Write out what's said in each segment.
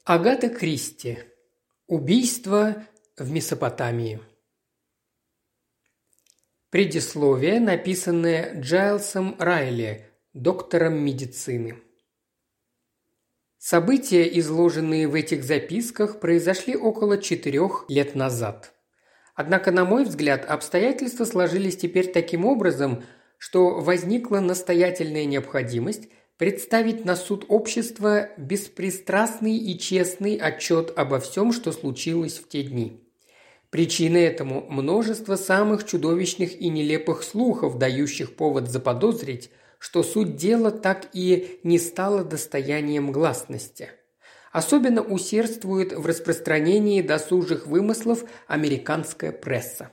Агата Кристи. Убийство в Месопотамии. Предисловие, написанное Джайлсом Райли, доктором медицины. События, изложенные в этих записках, произошли около 4 лет назад. Однако, на мой взгляд, обстоятельства сложились теперь таким образом, что возникла настоятельная необходимость представить на суд общества беспристрастный и честный отчет обо всем, что случилось в те дни. Причиной этому множество самых чудовищных и нелепых слухов, дающих повод заподозрить, что суть дела так и не стала достоянием гласности. Особенно усердствует в распространении досужих вымыслов американская пресса.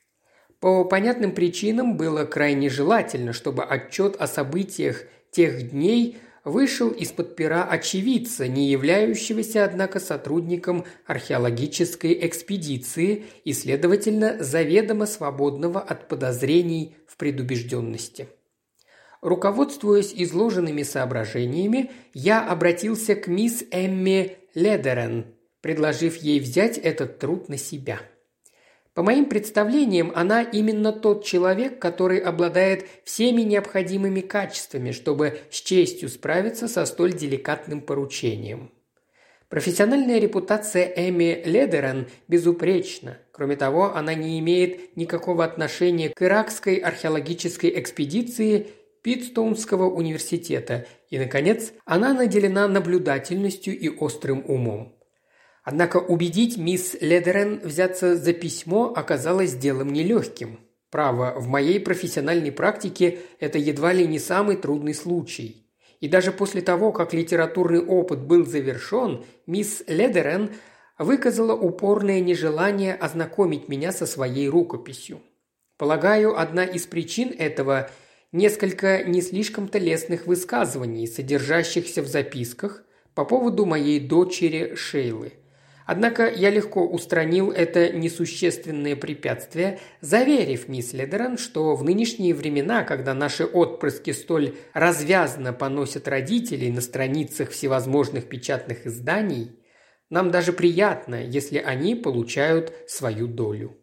По понятным причинам было крайне желательно, чтобы отчет о событиях тех дней вышел из-под пера очевидца, не являющегося, однако, сотрудником археологической экспедиции и, следовательно, заведомо свободного от подозрений в предубежденности. Руководствуясь изложенными соображениями, я обратился к мисс Эмме Ледерен, предложив ей взять этот труд на себя. По моим представлениям, она именно тот человек, который обладает всеми необходимыми качествами, чтобы с честью справиться со столь деликатным поручением. Профессиональная репутация Эмми Ледерен безупречна. Кроме того, она не имеет никакого отношения к иракской археологической экспедиции Питстоунского университета. И, наконец, она наделена наблюдательностью и острым умом. Однако убедить мисс Ледерен взяться за письмо оказалось делом нелегким. Право, в моей профессиональной практике это едва ли не самый трудный случай. И даже после того, как литературный опыт был завершен, мисс Ледерен выказала упорное нежелание ознакомить меня со своей рукописью. Полагаю, одна из причин этого – несколько не слишком-то лестных высказываний, содержащихся в записках по поводу моей дочери Шейлы. Однако я легко устранил это несущественное препятствие, заверив мисс Ледерен, что в нынешние времена, когда наши отпрыски столь развязно поносят родителей на страницах всевозможных печатных изданий, нам даже приятно, если они получают свою долю.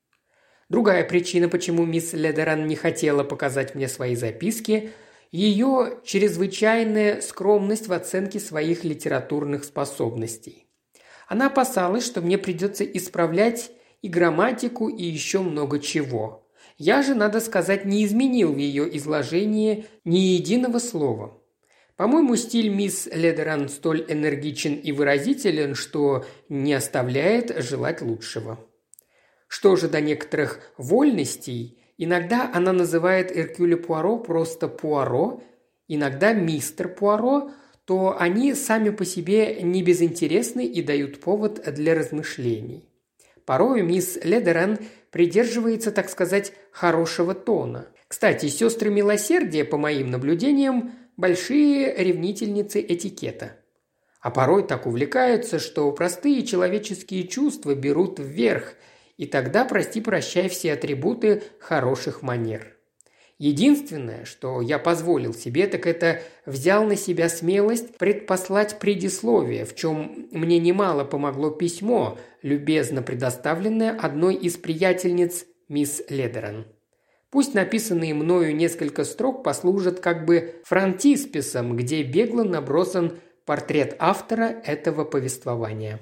Другая причина, почему мисс Ледерен не хотела показать мне свои записки – ее чрезвычайная скромность в оценке своих литературных способностей. Она опасалась, что мне придется исправлять и грамматику, и еще много чего. Я же, надо сказать, не изменил в ее изложении ни единого слова. По-моему, стиль мисс Ледерен столь энергичен и выразителен, что не оставляет желать лучшего. Что же до некоторых вольностей, иногда она называет Эркюля Пуаро просто Пуаро, иногда мистер Пуаро, то они сами по себе не безинтересны и дают повод для размышлений. Порою мисс Ледерен придерживается, так сказать, хорошего тона. Кстати, сестры милосердия, по моим наблюдениям, большие ревнительницы этикета. А порой так увлекаются, что простые человеческие чувства берут вверх, и тогда прости-прощай все атрибуты хороших манер. Единственное, что я позволил себе, так это взял на себя смелость предпослать предисловие, в чем мне немало помогло письмо, любезно предоставленное одной из приятельниц мисс Ледерен. Пусть написанные мною несколько строк послужат как бы фронтисписом, где бегло набросан портрет автора этого повествования.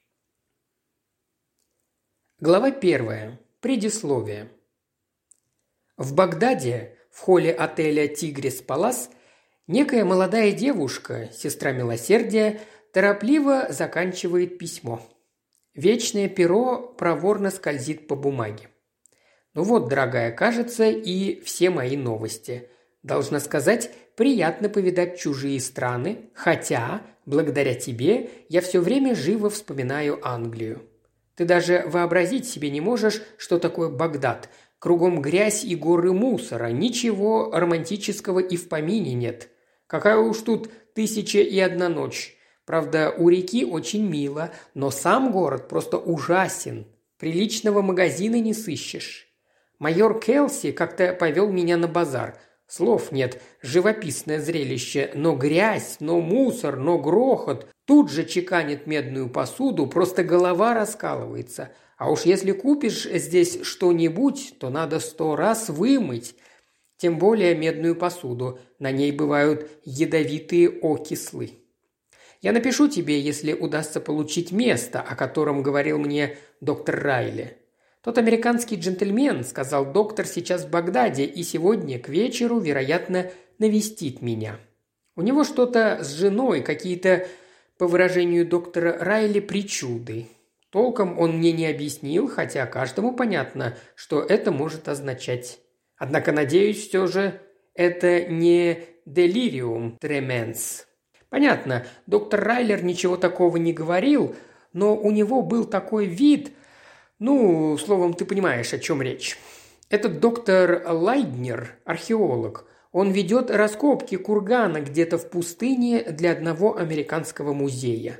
Глава 1. Предисловие. В Багдаде, в холле отеля «Тигрис Палас», некая молодая девушка, сестра милосердия, торопливо заканчивает письмо. Вечное перо проворно скользит по бумаге. Ну вот, дорогая, кажется, и все мои новости. Должна сказать, приятно повидать чужие страны, хотя, благодаря тебе, я все время живо вспоминаю Англию. Ты даже вообразить себе не можешь, что такое Багдад. Кругом грязь и горы мусора, ничего романтического и в помине нет. Какая уж тут 1001 ночь. Правда, у реки очень мило, но сам город просто ужасен. Приличного магазина не сыщешь. Майор Келси как-то повел меня на базар. Слов нет, живописное зрелище, но грязь, но мусор, но грохот. Тут же чеканит медную посуду, просто голова раскалывается. А уж если купишь здесь что-нибудь, то надо 100 раз вымыть. Тем более медную посуду. На ней бывают ядовитые окислы. Я напишу тебе, если удастся получить место, о котором говорил мне доктор Райли. Тот американский джентльмен, сказал доктор, сейчас в Багдаде и сегодня к вечеру, вероятно, навестит меня. У него что-то с женой, какие-то, по выражению доктора Райли, причуды. Толком он мне не объяснил, хотя каждому понятно, что это может означать. Однако, надеюсь, все же это не delirium tremens. Понятно, доктор Райлер ничего такого не говорил, но у него был такой вид, словом, ты понимаешь, о чем речь. Этот доктор Лайднер, археолог, он ведет раскопки кургана где-то в пустыне для одного американского музея.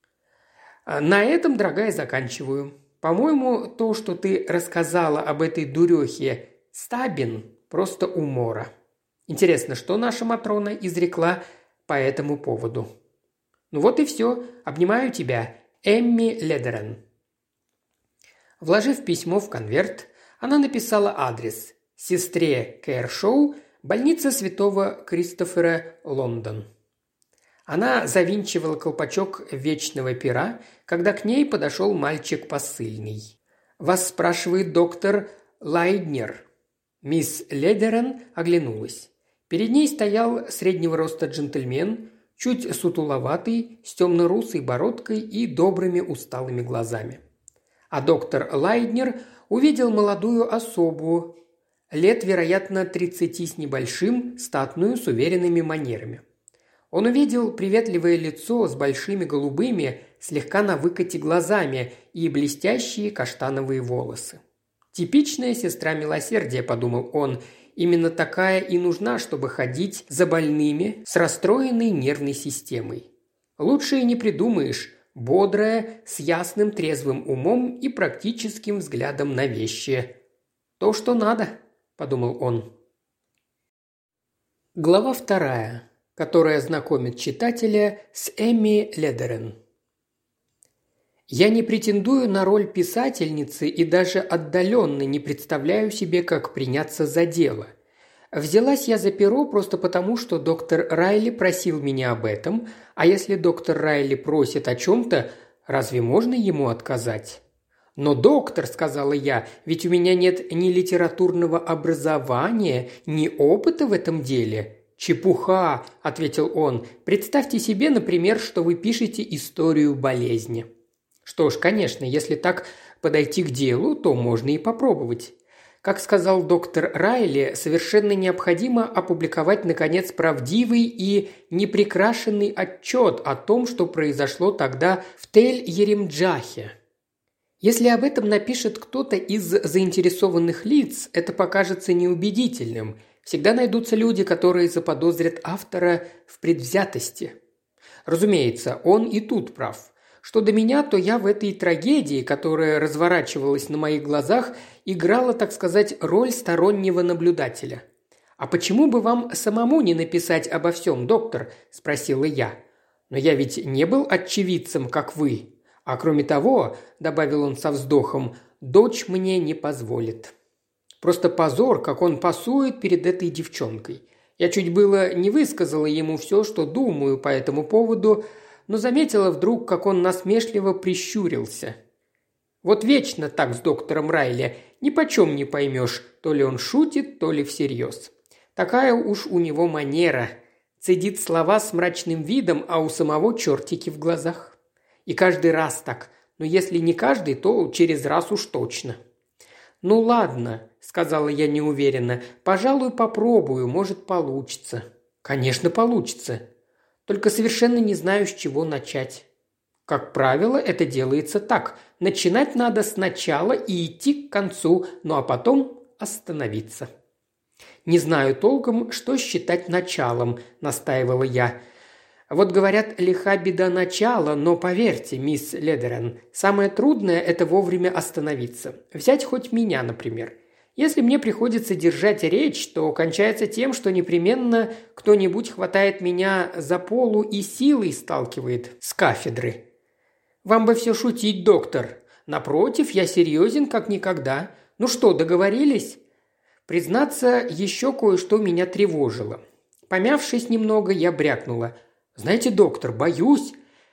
На этом, дорогая, заканчиваю. По-моему, то, что ты рассказала об этой дурехе Стабин, просто умора. Интересно, что наша Матрона изрекла по этому поводу? Ну вот и все. Обнимаю тебя. Эмми Ледерен. Вложив письмо в конверт, она написала адрес: сестре Кэршоу, больница Святого Кристофера, Лондон. Она завинчивала колпачок вечного пера, когда к ней подошел мальчик посыльный. «Вас спрашивает доктор Лайднер». Мисс Ледерен оглянулась. Перед ней стоял среднего роста джентльмен, чуть сутуловатый, с темно-русой бородкой и добрыми усталыми глазами. А доктор Лайднер увидел молодую особу, лет, вероятно, 30 с небольшим, статную, с уверенными манерами. Он увидел приветливое лицо с большими голубыми, слегка на выкате глазами и блестящие каштановые волосы. «Типичная сестра милосердия», – подумал он, – именно такая и нужна, чтобы ходить за больными с расстроенной нервной системой. Лучше и не придумаешь, бодрая, с ясным трезвым умом и практическим взглядом на вещи. «То, что надо», – подумал он. Глава 2, которая знакомит читателя с Эмми Ледерен. Я не претендую на роль писательницы и даже отдаленно не представляю себе, как приняться за дело. Взялась я за перо просто потому, что доктор Райли просил меня об этом, а если доктор Райли просит о чем-то, разве можно ему отказать? «Но, доктор, – сказала я, – ведь у меня нет ни литературного образования, ни опыта в этом деле». «Чепуха», – ответил он, – «представьте себе, например, что вы пишете историю болезни». Что ж, конечно, если так подойти к делу, то можно и попробовать. Как сказал доктор Райли, совершенно необходимо опубликовать, наконец, правдивый и неприкрашенный отчет о том, что произошло тогда в Тель-Еремджахе. Если об этом напишет кто-то из заинтересованных лиц, это покажется неубедительным. Всегда найдутся люди, которые заподозрят автора в предвзятости. Разумеется, он и тут прав. Что до меня, то я в этой трагедии, которая разворачивалась на моих глазах, играла, так сказать, роль стороннего наблюдателя. «А почему бы вам самому не написать обо всем, доктор?» – спросила я. «Но я ведь не был очевидцем, как вы. А кроме того, – добавил он со вздохом, – дочь мне не позволит. Просто позор, как он пасует перед этой девчонкой. Я чуть было не высказала ему все, что думаю по этому поводу, но заметила вдруг, как он насмешливо прищурился. Вот вечно так с доктором Райли, нипочем не поймешь, то ли он шутит, то ли всерьез. Такая уж у него манера. Цедит слова с мрачным видом, а у самого чертики в глазах. И каждый раз так, но если не каждый, то через раз уж точно. «Ну ладно», – сказала я неуверенно, – «пожалуй, попробую, может, получится». «Конечно, получится. Только совершенно не знаю, с чего начать». Как правило, это делается так. Начинать надо сначала и идти к концу, ну а потом остановиться. «Не знаю толком, что считать началом», – настаивала я. «Вот говорят, лиха беда начала, но поверьте, мисс Ледерен, самое трудное – это вовремя остановиться. Взять хоть меня, например. Если мне приходится держать речь, то кончается тем, что непременно кто-нибудь хватает меня за полу и силой сталкивает с кафедры. Вам бы все шутить, доктор. Напротив, я серьезен как никогда. Ну что, договорились? Признаться, еще кое-что меня тревожило. Помявшись немного, я брякнула. Знаете, доктор, боюсь.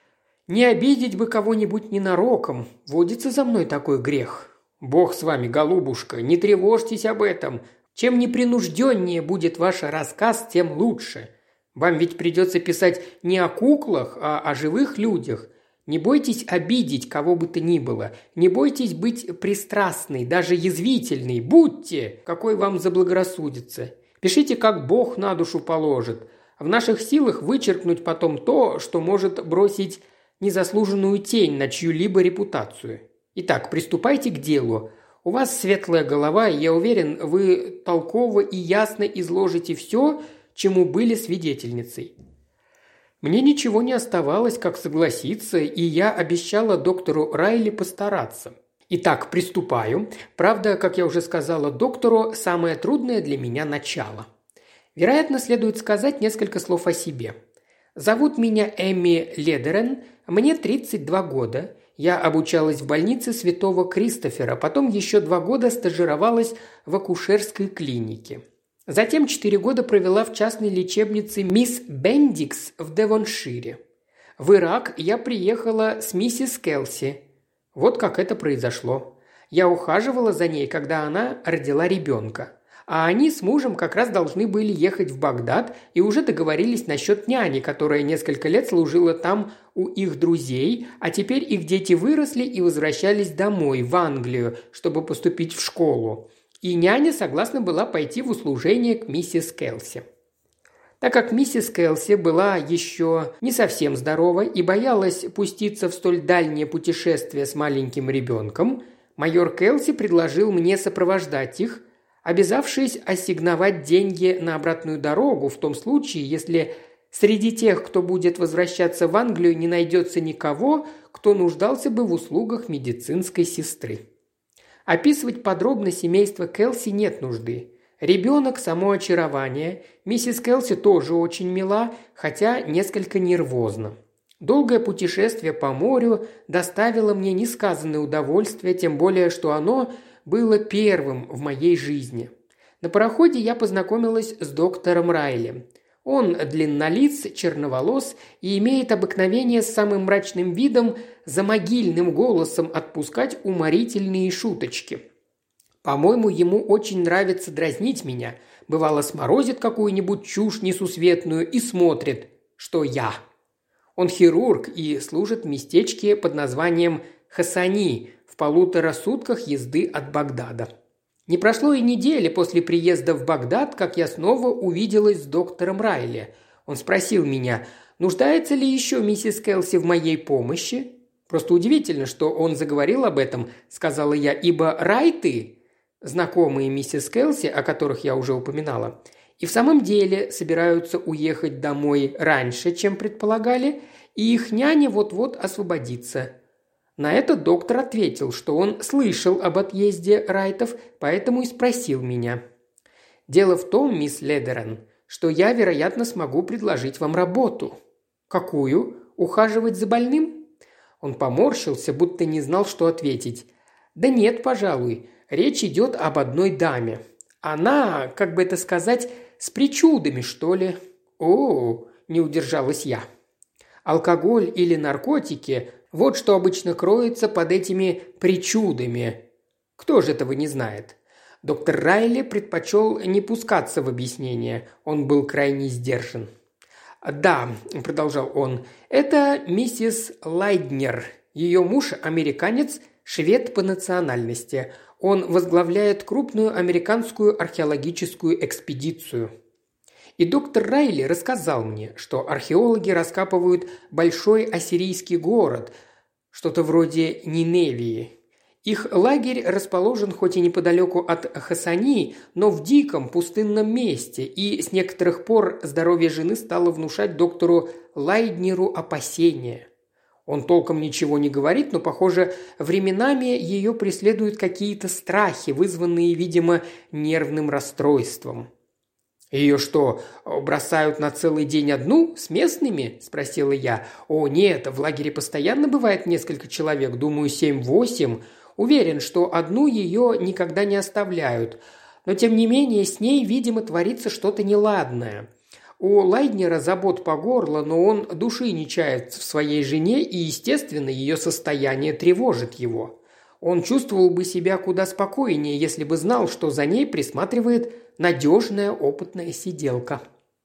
Не обидеть бы кого-нибудь ненароком. Водится за мной такой грех. Бог с вами, голубушка, не тревожьтесь об этом. Чем непринужденнее будет ваш рассказ, тем лучше. Вам ведь придется писать не о куклах, а о живых людях. Не бойтесь обидеть кого бы то ни было. Не бойтесь быть пристрастной, даже язвительной. Будьте, какой вам заблагорассудится. Пишите, как Бог на душу положит. В наших силах вычеркнуть потом то, что может бросить незаслуженную тень на чью-либо репутацию. Итак, приступайте к делу. У вас светлая голова, и я уверен, вы толково и ясно изложите все, чему были свидетельницей. Мне ничего не оставалось, как согласиться, и я обещала доктору Райли постараться. Итак, приступаю. Правда, как я уже сказала доктору, самое трудное для меня начало. Вероятно, следует сказать несколько слов о себе. Зовут меня Эмми Ледерен, мне 32 года. Я обучалась в больнице Святого Кристофера, потом еще 2 года стажировалась в акушерской клинике. Затем 4 года провела в частной лечебнице мисс Бендикс в Девоншире. В Ирак я приехала с миссис Келси. Вот как это произошло. Я ухаживала за ней, когда она родила ребенка. А они с мужем как раз должны были ехать в Багдад и уже договорились насчет няни, которая несколько лет служила там у их друзей, а теперь их дети выросли и возвращались домой, в Англию, чтобы поступить в школу. И няня согласна была пойти в услужение к миссис Келси. Так как миссис Келси была еще не совсем здорова и боялась пуститься в столь дальнее путешествие с маленьким ребенком, майор Келси предложил мне сопровождать их, обязавшись ассигновать деньги на обратную дорогу в том случае, если среди тех, кто будет возвращаться в Англию, не найдется никого, кто нуждался бы в услугах медицинской сестры. Описывать подробно семейство Келси нет нужды. Ребенок – само очарование, миссис Келси тоже очень мила, хотя несколько нервозна. Долгое путешествие по морю доставило мне несказанное удовольствие, тем более, что оно было первым в моей жизни. На пароходе я познакомилась с доктором Райли. Он длиннолиц, черноволос и имеет обыкновение с самым мрачным видом за могильным голосом отпускать уморительные шуточки. По-моему, ему очень нравится дразнить меня. Бывало, сморозит какую-нибудь чушь несусветную и смотрит, что я. Он хирург и служит в местечке под названием Хасани в 1,5 сутках езды от Багдада. Не прошло и недели после приезда в Багдад, как я снова увиделась с доктором Райли. Он спросил меня, нуждается ли еще миссис Келси в моей помощи. Просто удивительно, что он заговорил об этом, сказала я, ибо Райты, знакомые миссис Келси, о которых я уже упоминала, и в самом деле собираются уехать домой раньше, чем предполагали, и их няня вот-вот освободится. На это доктор ответил, что он слышал об отъезде Райтов, поэтому и спросил меня. «Дело в том, мисс Ледерен, что я, вероятно, смогу предложить вам работу». «Какую? Ухаживать за больным?» Он поморщился, будто не знал, что ответить. «Да нет, пожалуй. Речь идет об одной даме. Она, как бы это сказать, с причудами, что ли». «О, не удержалась я. Алкоголь или наркотики – вот что обычно кроется под этими причудами. Кто же этого не знает?» Доктор Райли предпочел не пускаться в объяснение. Он был крайне сдержан. «Да», – продолжал он, – «это миссис Лайднер. Ее муж – американец, швед по национальности. Он возглавляет крупную американскую археологическую экспедицию». И доктор Райли рассказал мне, что археологи раскапывают большой ассирийский город, что-то вроде Ниневии. Их лагерь расположен хоть и неподалеку от Хасани, но в диком пустынном месте, и с некоторых пор здоровье жены стало внушать доктору Лайднеру опасения. Он толком ничего не говорит, но, похоже, временами ее преследуют какие-то страхи, вызванные, видимо, нервным расстройством. «Ее что, бросают на целый день одну, с местными?» – спросила я. «О, нет, в лагере постоянно бывает несколько человек, думаю, 7-8. Уверен, что одну ее никогда не оставляют. Но, тем не менее, с ней, видимо, творится что-то неладное. У Лайднера забот по горло, но он души не чает в своей жене, и, естественно, ее состояние тревожит его. Он чувствовал бы себя куда спокойнее, если бы знал, что за ней присматривает надежная опытная сиделка».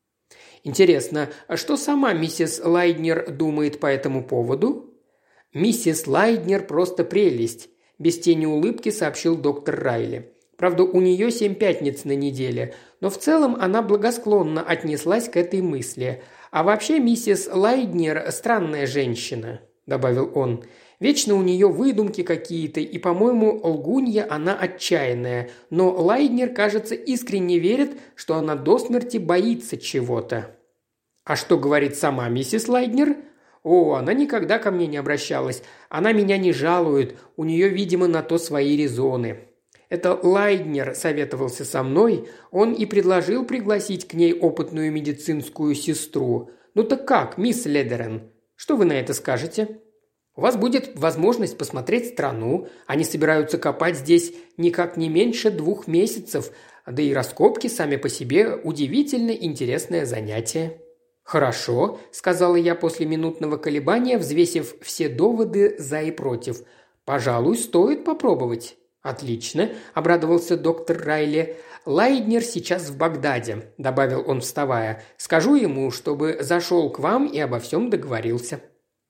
«Интересно, а что сама миссис Лайднер думает по этому поводу?» «Миссис Лайднер просто прелесть», – без тени улыбки сообщил доктор Райли. «Правда, у нее 7 пятниц на неделе, но в целом она благосклонно отнеслась к этой мысли. А вообще миссис Лайднер – странная женщина», – добавил он. «Вечно у нее выдумки какие-то, и, по-моему, лгунья она отчаянная, но Лайднер, кажется, искренне верит, что она до смерти боится чего-то». «А что говорит сама миссис Лайднер?» «О, она никогда ко мне не обращалась. Она меня не жалует, у нее, видимо, на то свои резоны. Это Лайднер советовался со мной, он и предложил пригласить к ней опытную медицинскую сестру. Ну так как, мисс Ледерен, что вы на это скажете? У вас будет возможность посмотреть страну, они собираются копать здесь никак не меньше 2 месяцев, да и раскопки сами по себе удивительно интересное занятие». «Хорошо», – сказала я после минутного колебания, взвесив все доводы за и против. «Пожалуй, стоит попробовать». «Отлично», – обрадовался доктор Райли. «Лайднер сейчас в Багдаде», – добавил он, вставая. «Скажу ему, чтобы зашел к вам и обо всем договорился».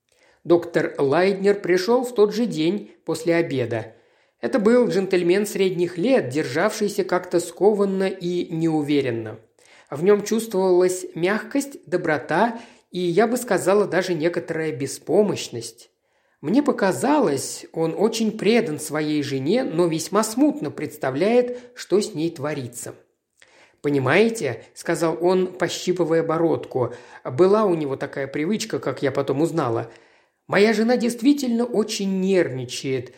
Доктор Лайднер пришел в тот же день после обеда. Это был джентльмен средних лет, державшийся как-то скованно и неуверенно. В нем чувствовалась мягкость, доброта и, я бы сказала, даже некоторая беспомощность. Мне показалось, он очень предан своей жене, но весьма смутно представляет, что с ней творится. «Понимаете», – сказал он, пощипывая бородку, – «была у него такая привычка, как я потом узнала. Моя жена действительно очень нервничает.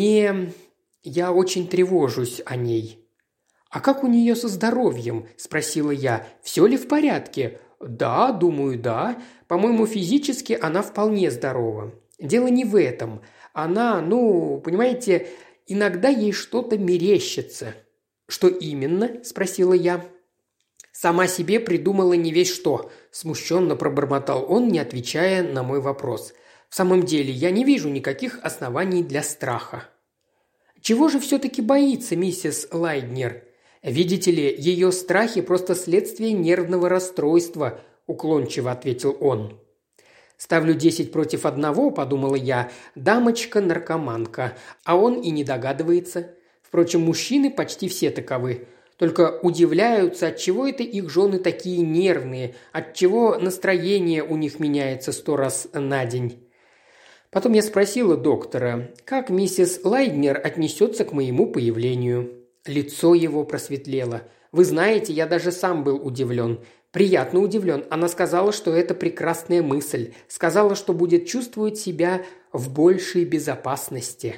Я очень тревожусь о ней». «А как у нее со здоровьем?» – спросила я. «Все ли в порядке?» «Да, думаю, да. По-моему, физически она вполне здорова. Дело не в этом. Она, понимаете, иногда ей что-то мерещится». «Что именно?» – спросила я. «Сама себе придумала не весь что», – смущенно пробормотал он, не отвечая на мой вопрос. «В самом деле, я не вижу никаких оснований для страха». «Чего же все-таки боится миссис Лайднер?» «Видите ли, ее страхи просто следствие нервного расстройства», – уклончиво ответил он. «Ставлю 10 против 1, – подумала я, – дамочка-наркоманка, а он и не догадывается. Впрочем, мужчины почти все таковы. Только удивляются, отчего это их жены такие нервные, отчего настроение у них меняется 100 раз на день». Потом я спросила доктора, как миссис Лайднер отнесется к моему появлению. Лицо его просветлело. Вы знаете, я даже сам был удивлен. Приятно удивлен. Она сказала, что это прекрасная мысль. Сказала, что будет чувствовать себя в большей безопасности.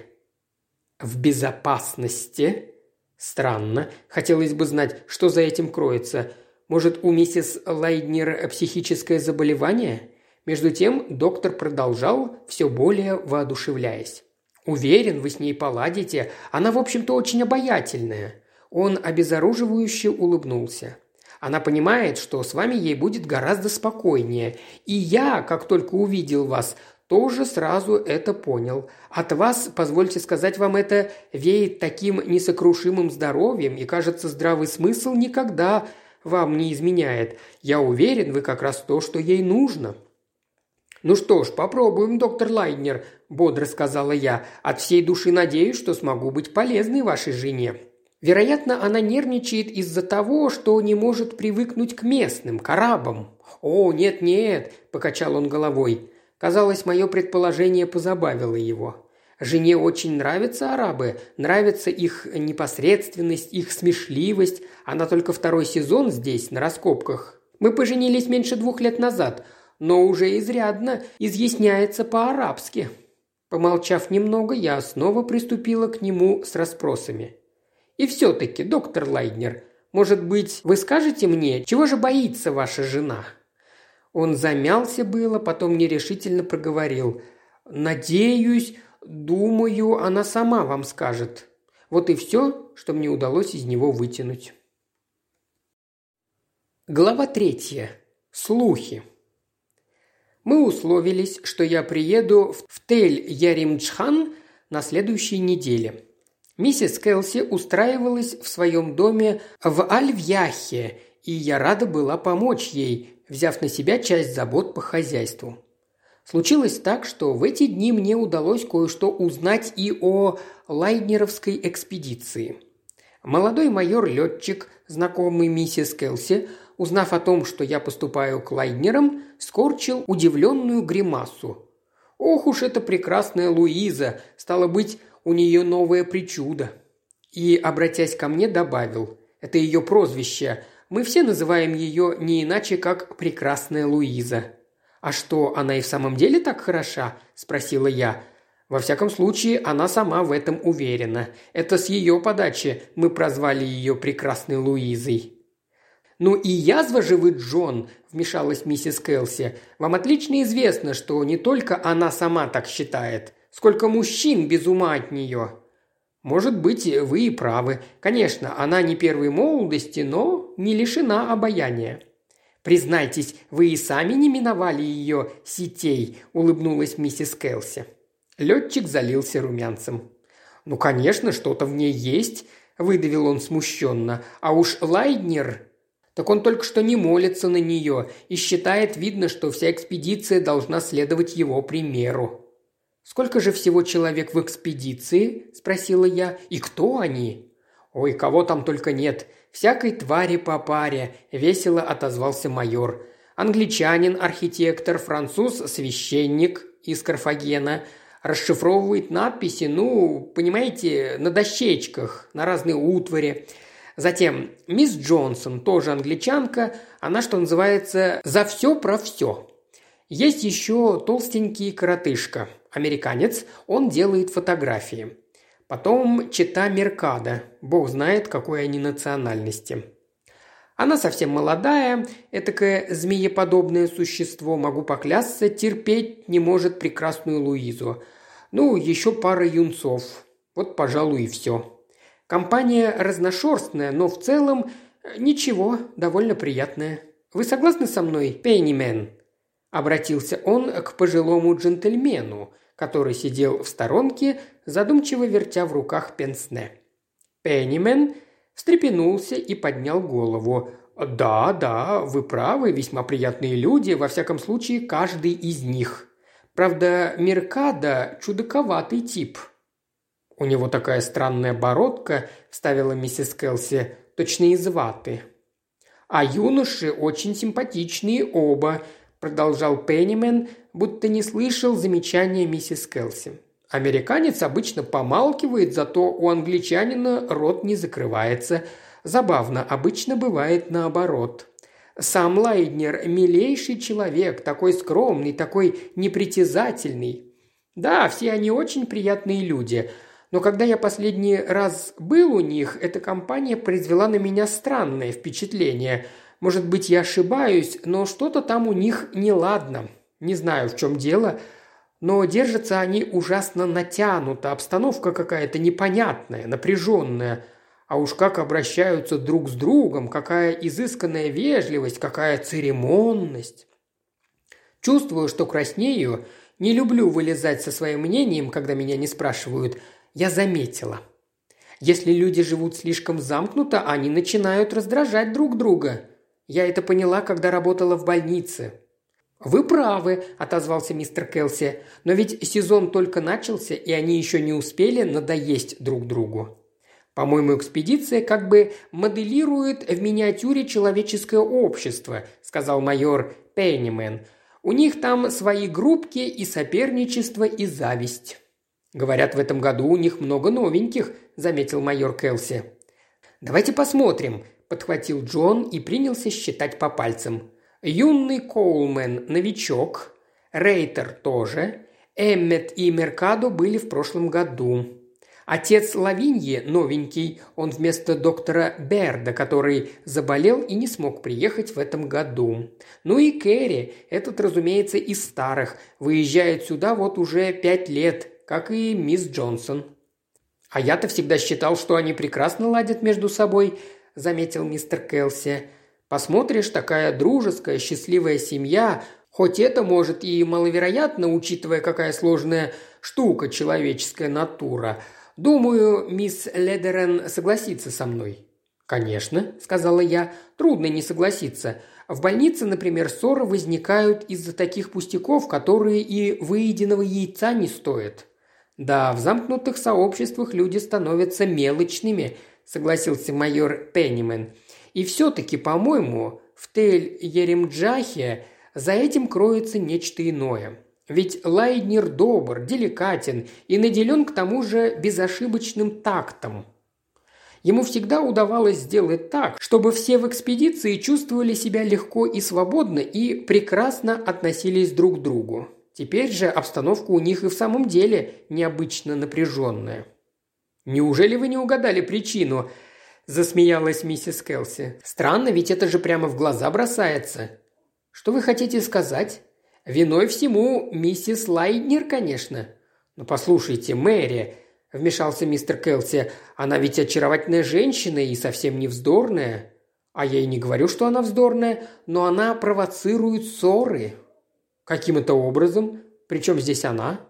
В безопасности? Странно. Хотелось бы знать, что за этим кроется. Может, у миссис Лайднер психическое заболевание? Между тем доктор продолжал, все более воодушевляясь. «Уверен, вы с ней поладите. Она, в общем-то, очень обаятельная». Он обезоруживающе улыбнулся. «Она понимает, что с вами ей будет гораздо спокойнее. И я, как только увидел вас, тоже сразу это понял. От вас, позвольте сказать вам это, веет таким несокрушимым здоровьем, и, кажется, здравый смысл никогда вам не изменяет. Я уверен, вы как раз то, что ей нужно». «Ну что ж, попробуем, доктор Лайднер», – бодро сказала я. «От всей души надеюсь, что смогу быть полезной вашей жене. Вероятно, она нервничает из-за того, что не может привыкнуть к местным, к арабам». «О, нет-нет», – покачал он головой. Казалось, мое предположение позабавило его. «Жене очень нравятся арабы, нравится их непосредственность, их смешливость. Она только 2-й сезон здесь, на раскопках. Мы поженились меньше 2 лет назад. но уже изрядно изъясняется по-арабски». Помолчав немного, я снова приступила к нему с расспросами. «И все-таки, доктор Лайднер, может быть, вы скажете мне, чего же боится ваша жена?» Он замялся было, потом нерешительно проговорил. «Надеюсь, думаю, она сама вам скажет». Вот и все, что мне удалось из него вытянуть. Глава 3. Слухи. Мы условились, что я приеду в Тель-Яриндж-хан на следующей неделе. Миссис Келси устраивалась в своем доме в Аль-Вьяхе, и я рада была помочь ей, взяв на себя часть забот по хозяйству. Случилось так, что в эти дни мне удалось кое-что узнать и о лайднеровской экспедиции. Молодой майор-летчик, знакомый миссис Келси, узнав о том, что я поступаю к Лайднерам, скорчил удивленную гримасу. «Ох уж эта прекрасная Луиза! Стало быть, у нее новое причудо!» И, обратясь ко мне, добавил. «Это ее прозвище. Мы все называем ее не иначе, как «прекрасная Луиза». «А что, она и в самом деле так хороша?» – спросила я. «Во всяком случае, она сама в этом уверена. Это с ее подачи мы прозвали ее прекрасной Луизой». «Ну и язва же вы, Джон!» – вмешалась миссис Келси. «Вам отлично известно, что не только она сама так считает. Сколько мужчин без ума от нее!» «Может быть, вы и правы. Конечно, она не первой молодости, но не лишена обаяния». «Признайтесь, вы и сами не миновали ее сетей», – улыбнулась миссис Келси. Летчик залился румянцем. «Ну, конечно, что-то в ней есть», – выдавил он смущенно. «А уж Лайднер...» Так он только что не молится на нее и считает, видно, что вся экспедиция должна следовать его примеру. «Сколько же всего человек в экспедиции?» – спросила я. «И кто они?» «Ой, кого там только нет. Всякой твари по паре», – весело отозвался майор. «Англичанин, архитектор, француз, священник из Карфагена. Расшифровывает надписи, ну, понимаете, на дощечках, на разные утвари. Затем мисс Джонсон, тоже англичанка, она, что называется, за все про все. Есть еще толстенький коротышка, американец, он делает фотографии. Потом чета Меркадо, бог знает, какой они национальности. Она совсем молодая, этакое змееподобное существо, могу поклясться, терпеть не может прекрасную Луизу. Ну, еще пара юнцов. Вот, пожалуй, и все. Компания разношерстная, но в целом ничего, довольно приятная. Вы согласны со мной, Пеннимен?» Обратился он к пожилому джентльмену, который сидел в сторонке, задумчиво вертя в руках пенсне. Пеннимен встрепенулся и поднял голову. «Да, вы правы, весьма приятные люди, во всяком случае, каждый из них. Правда, Меркадо – чудаковатый тип». «У него такая странная бородка», – вставила миссис Келси, – «точно из ваты». «А юноши очень симпатичные оба», – продолжал Пеннимен, будто не слышал замечания миссис Келси. «Американец обычно помалкивает, зато у англичанина рот не закрывается. Забавно, обычно бывает наоборот. Сам Лайднер – милейший человек, такой скромный, такой непритязательный. Да, все они очень приятные люди». Но когда я последний раз был у них, эта компания произвела на меня странное впечатление. Может быть, я ошибаюсь, но что-то там у них неладно. Не знаю, в чем дело, но держатся они ужасно натянуто, обстановка какая-то непонятная, напряженная. А уж как обращаются друг с другом, какая изысканная вежливость, какая церемонность. Чувствую, что краснею, не люблю вылезать со своим мнением, когда меня не спрашивают. Я заметила. Если люди живут слишком замкнуто, они начинают раздражать друг друга. Я это поняла, когда работала в больнице. «Вы правы», – отозвался мистер Келси, – «но ведь сезон только начался, и они еще не успели надоесть друг другу». «По-моему, экспедиция как бы моделирует в миниатюре человеческое общество», – сказал майор Пеннимен. «У них там свои группки и соперничество, и зависть». «Говорят, в этом году у них много новеньких», – заметил майор Келси. «Давайте посмотрим», – подхватил Джон и принялся считать по пальцам. Юный Коулмен – новичок, Рейтер тоже, Эммет и Меркадо были в прошлом году. Отец Лавиньи, новенький, он вместо доктора Берда, который заболел и не смог приехать в этом году. Ну и Кэрри, этот, разумеется, из старых, выезжает сюда вот уже 5 лет, как и мисс Джонсон. «А я-то всегда считал, что они прекрасно ладят между собой», – заметил мистер Келси. «Посмотришь, такая дружеская, счастливая семья, хоть это, может, и маловероятно, учитывая, какая сложная штука человеческая натура. Думаю, мисс Ледерен согласится со мной». «Конечно», – сказала я, – «трудно не согласиться. В больнице, например, ссоры возникают из-за таких пустяков, которые и выеденного яйца не стоят». «Да, в замкнутых сообществах люди становятся мелочными», – согласился майор Пеннимен. «И все-таки, по-моему, в Тель-Еремджахе за этим кроется нечто иное. Ведь Лайднер добр, деликатен и наделен к тому же безошибочным тактом. Ему всегда удавалось сделать так, чтобы все в экспедиции чувствовали себя легко и свободно и прекрасно относились друг к другу. Теперь же обстановка у них и в самом деле необычно напряженная». «Неужели вы не угадали причину?» – засмеялась миссис Келси. «Странно, ведь это же прямо в глаза бросается». «Что вы хотите сказать?» «Виной всему миссис Лайднер, конечно». «Но послушайте, Мэри», – вмешался мистер Келси, – «она ведь очаровательная женщина и совсем не вздорная». «А я и не говорю, что она вздорная, но она провоцирует ссоры». «Каким это образом? Причем здесь она?»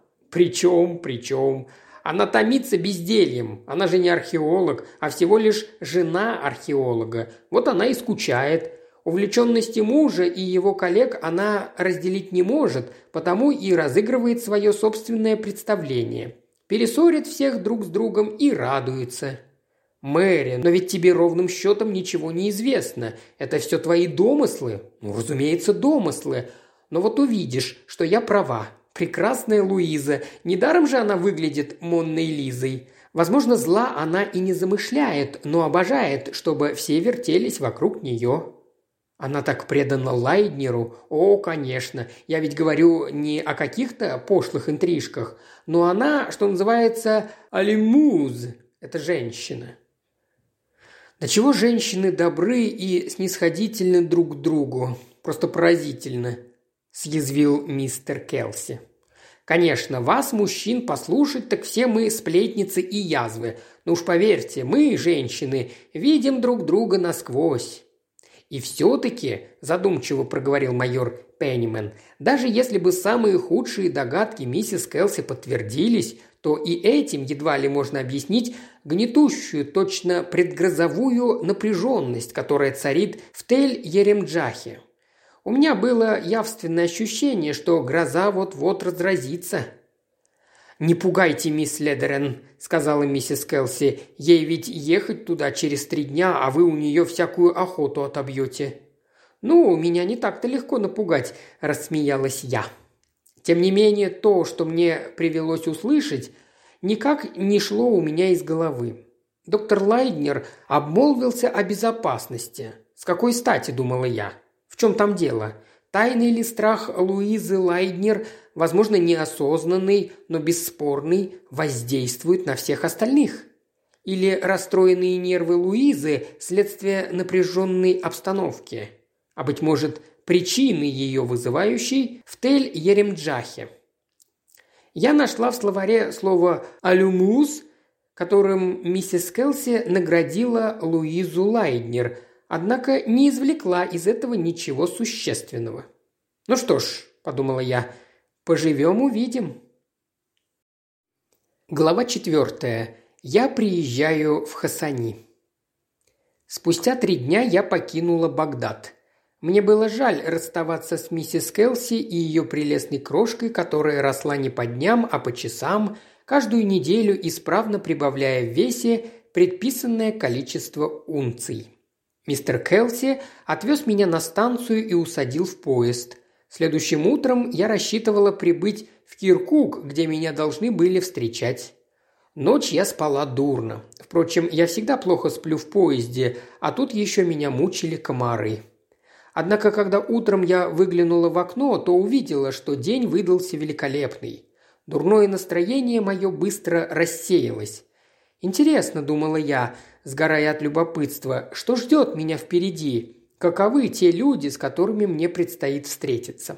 «Причем? Она томится бездельем. Она же не археолог, а всего лишь жена археолога. Вот она и скучает. Увлеченности мужа и его коллег она разделить не может, потому и разыгрывает свое собственное представление. Перессорит всех друг с другом и радуется». «Мэри, но ведь тебе ровным счетом ничего не известно. Это все твои домыслы». «Ну, разумеется, домыслы. Но вот увидишь, что я права. Прекрасная Луиза. Недаром же она выглядит Монной Лизой. Возможно, зла она и не замышляет, но обожает, чтобы все вертелись вокруг нее». «Она так предана Лайднеру? О, конечно. Я ведь говорю не о каких-то пошлых интрижках. Но она, что называется, алимуз. Это женщина». «До чего женщины добры и снисходительны друг к другу? Просто поразительно», – съязвил мистер Келси. «Конечно, вас, мужчин, послушать, так все мы сплетницы и язвы. Но уж поверьте, мы, женщины, видим друг друга насквозь». «И все-таки», – задумчиво проговорил майор Пеннимен, – «даже если бы самые худшие догадки миссис Келси подтвердились, то и этим едва ли можно объяснить гнетущую, точно предгрозовую напряженность, которая царит в Тель-Еремджахе. У меня было явственное ощущение, что гроза вот-вот разразится». «Не пугайте, мисс Ледерен», – сказала миссис Келси. «Ей ведь ехать туда через 3 дня, а вы у нее всякую охоту отобьете». «Ну, меня не так-то легко напугать», – рассмеялась я. Тем не менее, то, что мне привелось услышать, никак не шло у меня из головы. Доктор Лайднер обмолвился о безопасности. С какой стати, думала я? В чем там дело? Тайный ли страх Луизы Лайднер, возможно, неосознанный, но бесспорный, воздействует на всех остальных? Или расстроенные нервы Луизы – следствие напряженной обстановки? А, быть может, причины ее вызывающей в Тель-Еремджахе? Я нашла в словаре слово «алюмус», которым миссис Келси наградила Луизу Лайднер, однако не извлекла из этого ничего существенного. «Ну что ж», – подумала я, – «поживем – увидим». Глава 4. Я приезжаю в Хасани. Спустя 3 дня я покинула Багдад. Мне было жаль расставаться с миссис Келси и ее прелестной крошкой, которая росла не по дням, а по часам, каждую неделю исправно прибавляя в весе предписанное количество унций. Мистер Келси отвез меня на станцию и усадил в поезд. Следующим утром я рассчитывала прибыть в Киркук, где меня должны были встречать. Ночь я спала дурно. Впрочем, я всегда плохо сплю в поезде, а тут еще меня мучили комары. Однако, когда утром я выглянула в окно, то увидела, что день выдался великолепный. Дурное настроение мое быстро рассеялось. «Интересно», – думала я, сгорая от любопытства, – «что ждет меня впереди? Каковы те люди, с которыми мне предстоит встретиться?»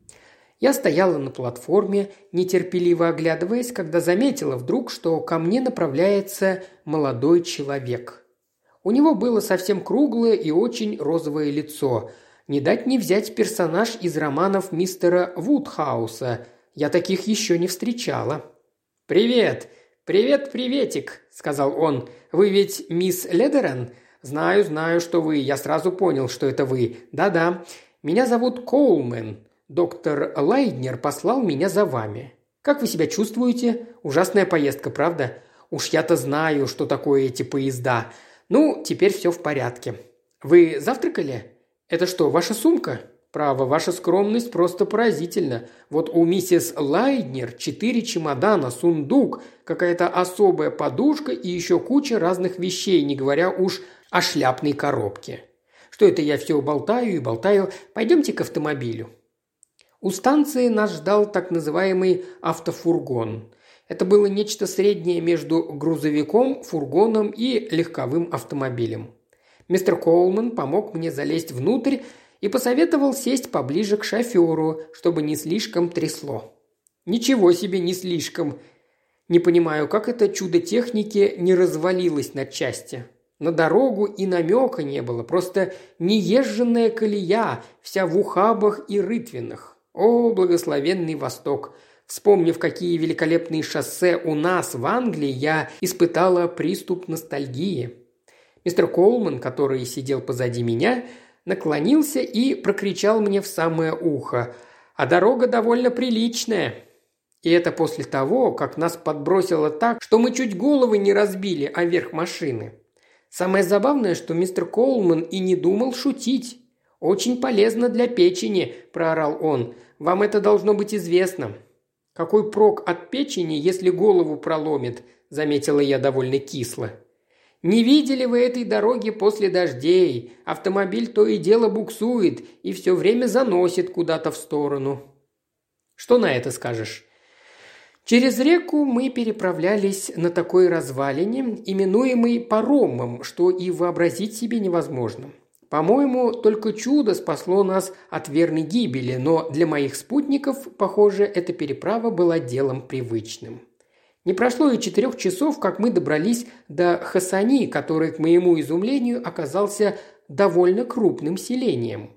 Я стояла на платформе, нетерпеливо оглядываясь, когда заметила вдруг, что ко мне направляется молодой человек. У него было совсем круглое и очень розовое лицо. Не дать не взять персонаж из романов мистера Вудхауса. Я таких еще не встречала. «Привет! Привет-приветик!» – сказал он. «Вы ведь мисс Ледерен? Знаю, что вы. Я сразу понял, что это вы. Да-да. Меня зовут Коулмен. Доктор Лайднер послал меня за вами. Как вы себя чувствуете? Ужасная поездка, правда? Уж я-то знаю, что такое эти поезда. Ну, теперь все в порядке. Вы завтракали? Это что, ваша сумка? Право, ваша скромность просто поразительна. Вот у миссис Лайднер 4 чемодана, сундук, какая-то особая подушка и еще куча разных вещей, не говоря уж о шляпной коробке. Что это я все болтаю и болтаю? Пойдемте к автомобилю». У станции нас ждал так называемый автофургон. Это было нечто среднее между грузовиком, фургоном и легковым автомобилем. Мистер Коулман помог мне залезть внутрь и посоветовал сесть поближе к шоферу, чтобы не слишком трясло. Ничего себе не слишком. Не понимаю, как это чудо техники не развалилось на части. На дорогу и намека не было, просто неезженная колея, вся в ухабах и рытвинах. О, благословенный Восток! Вспомнив, какие великолепные шоссе у нас в Англии, я испытала приступ ностальгии. Мистер Коулман, который сидел позади меня, наклонился и прокричал мне в самое ухо: «А дорога довольно приличная». И это после того, как нас подбросило так, что мы чуть головы не разбили о верх машины. Самое забавное, что мистер Коулман и не думал шутить. «Очень полезно для печени», – проорал он. «Вам это должно быть известно». «Какой прок от печени, если голову проломит?» – заметила я довольно кисло. «Не видели вы этой дороги после дождей? Автомобиль то и дело буксует и все время заносит куда-то в сторону». «Что на это скажешь?» Через реку мы переправлялись на такой развалине, именуемой паромом, что и вообразить себе невозможно. По-моему, только чудо спасло нас от верной гибели, но для моих спутников, похоже, эта переправа была делом привычным. Не прошло и 4 часов, как мы добрались до Хасани, который, к моему изумлению, оказался довольно крупным селением.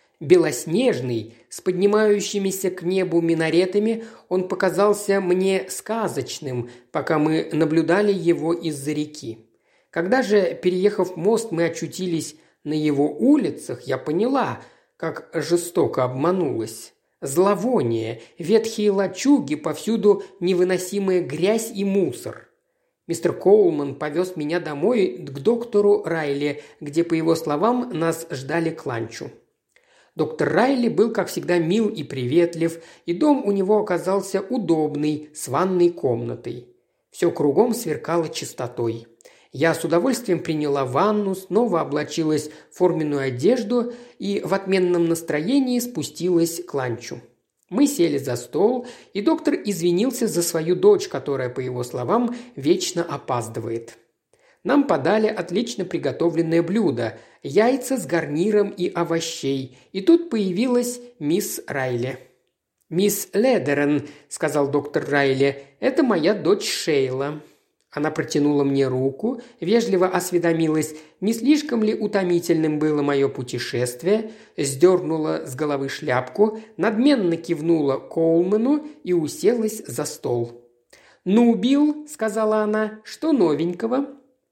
Белоснежный, с поднимающимися к небу минаретами, он показался мне сказочным, пока мы наблюдали его из-за реки. Когда же, переехав мост, мы очутились на его улицах, я поняла, как жестоко обманулась. Зловоние, ветхие лачуги, повсюду невыносимая грязь и мусор. Мистер Коулман повез меня домой к доктору Райли, где, по его словам, нас ждали к ланчу. Доктор Райли был, как всегда, мил и приветлив, и дом у него оказался удобный, с ванной комнатой. Все кругом сверкало чистотой. Я с удовольствием приняла ванну, снова облачилась в форменную одежду и в отменном настроении спустилась к ланчу. Мы сели за стол, и доктор извинился за свою дочь, которая, по его словам, вечно опаздывает. Нам подали отлично приготовленное блюдо – яйца с гарниром и овощей, и тут появилась мисс Райли. «Мисс Ледерен», – сказал доктор Райли, – «это моя дочь Шейла». Она протянула мне руку, вежливо осведомилась, не слишком ли утомительным было мое путешествие, сдернула с головы шляпку, надменно кивнула Коулману и уселась за стол. «Ну, Билл», – сказала она, – «что новенького?»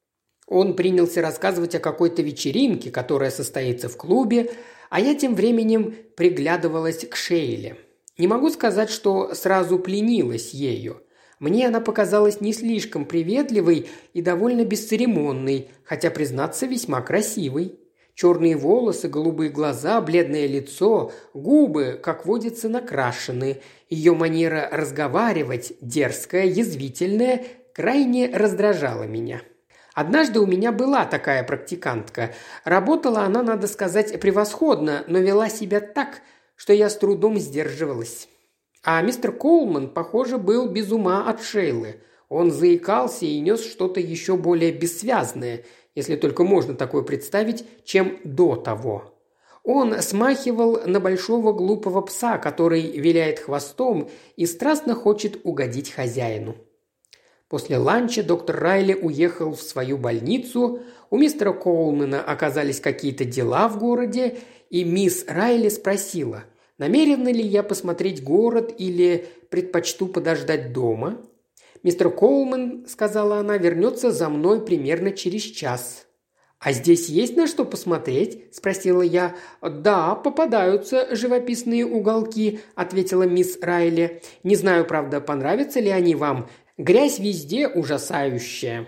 Он принялся рассказывать о какой-то вечеринке, которая состоится в клубе, а я тем временем приглядывалась к Шейле. Не могу сказать, что сразу пленилась ею. Мне она показалась не слишком приветливой и довольно бесцеремонной, хотя, признаться, весьма красивой. Черные волосы, голубые глаза, бледное лицо, губы, как водится, накрашены. Ее манера разговаривать, дерзкая, язвительная, крайне раздражала меня. Однажды у меня была такая практикантка. Работала она, надо сказать, превосходно, но вела себя так, что я с трудом сдерживалась. А мистер Коулман, похоже, был без ума от Шейлы. Он заикался и нес что-то еще более бессвязное, если только можно такое представить, чем до того. Он смахивал на большого глупого пса, который виляет хвостом и страстно хочет угодить хозяину. После ланча доктор Райли уехал в свою больницу, у мистера Коулмана оказались какие-то дела в городе, и мисс Райли спросила, намерена ли я посмотреть город или предпочту подождать дома. «Мистер Коулман, — сказала она, — вернется за мной примерно через час». «А здесь есть на что посмотреть?» – спросила я. «Да, попадаются живописные уголки», – ответила мисс Райли. «Не знаю, правда, понравятся ли они вам. Грязь везде ужасающая».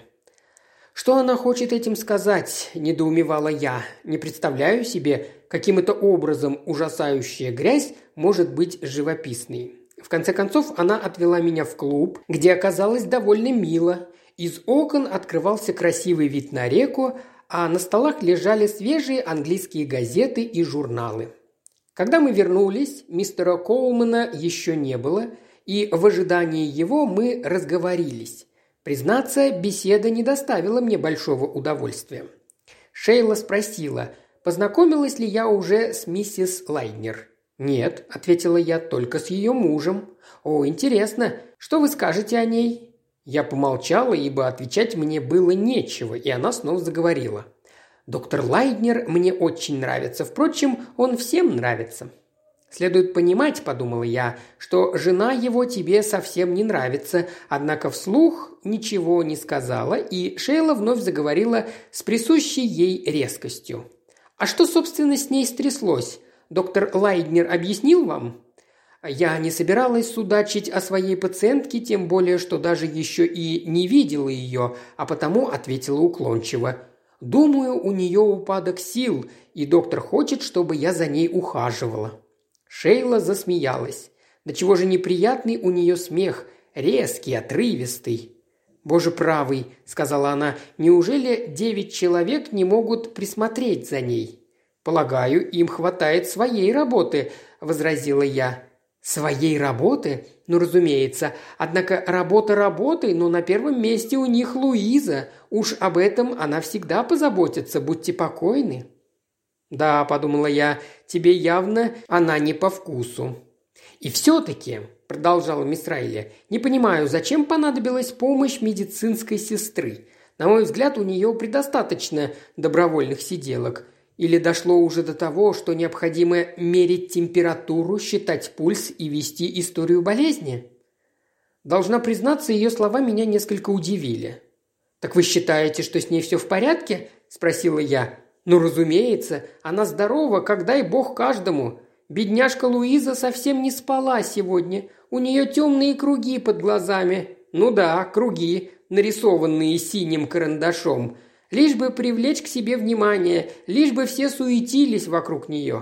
«Что она хочет этим сказать?» – недоумевала я. «Не представляю себе, каким это образом ужасающая грязь может быть живописной». В конце концов, она отвела меня в клуб, где оказалось довольно мило. Из окон открывался красивый вид на реку, а на столах лежали свежие английские газеты и журналы. Когда мы вернулись, мистера Коулмана еще не было, и в ожидании его мы разговорились. Признаться, беседа не доставила мне большого удовольствия. Шейла спросила, познакомилась ли я уже с миссис Лайднер. «Нет», – ответила я, – «только с ее мужем». «О, интересно, что вы скажете о ней?» Я помолчала, ибо отвечать мне было нечего, и она снова заговорила. «Доктор Лайднер мне очень нравится. Впрочем, он всем нравится». «Следует понимать, — подумала я, — что жена его тебе совсем не нравится». Однако вслух ничего не сказала, и Шейла вновь заговорила с присущей ей резкостью. «А что, собственно, с ней стряслось? Доктор Лайднер объяснил вам?» Я не собиралась судачить о своей пациентке, тем более, что даже еще и не видела ее, а потому ответила уклончиво. «Думаю, у нее упадок сил, и доктор хочет, чтобы я за ней ухаживала». Шейла засмеялась. Да чего же неприятный у нее смех, резкий, отрывистый. «Боже правый», — сказала она, — «неужели 9 человек не могут присмотреть за ней?» «Полагаю, им хватает своей работы», — возразила я. «Своей работы? Ну, разумеется. Однако работа работой, но на первом месте у них Луиза. Уж об этом она всегда позаботится, будьте покойны». «Да», – подумала я, – «тебе явно она не по вкусу». «И все-таки», – продолжала мисс Райли, – «не понимаю, зачем понадобилась помощь медицинской сестры? На мой взгляд, у нее предостаточно добровольных сиделок. Или дошло уже до того, что необходимо мерить температуру, считать пульс и вести историю болезни?» Должна признаться, ее слова меня несколько удивили. «Так вы считаете, что с ней все в порядке?» – спросила я. «Ну, разумеется, она здорова, как дай бог каждому. Бедняжка Луиза совсем не спала сегодня. У нее темные круги под глазами. Ну да, круги, нарисованные синим карандашом. Лишь бы привлечь к себе внимание, лишь бы все суетились вокруг нее».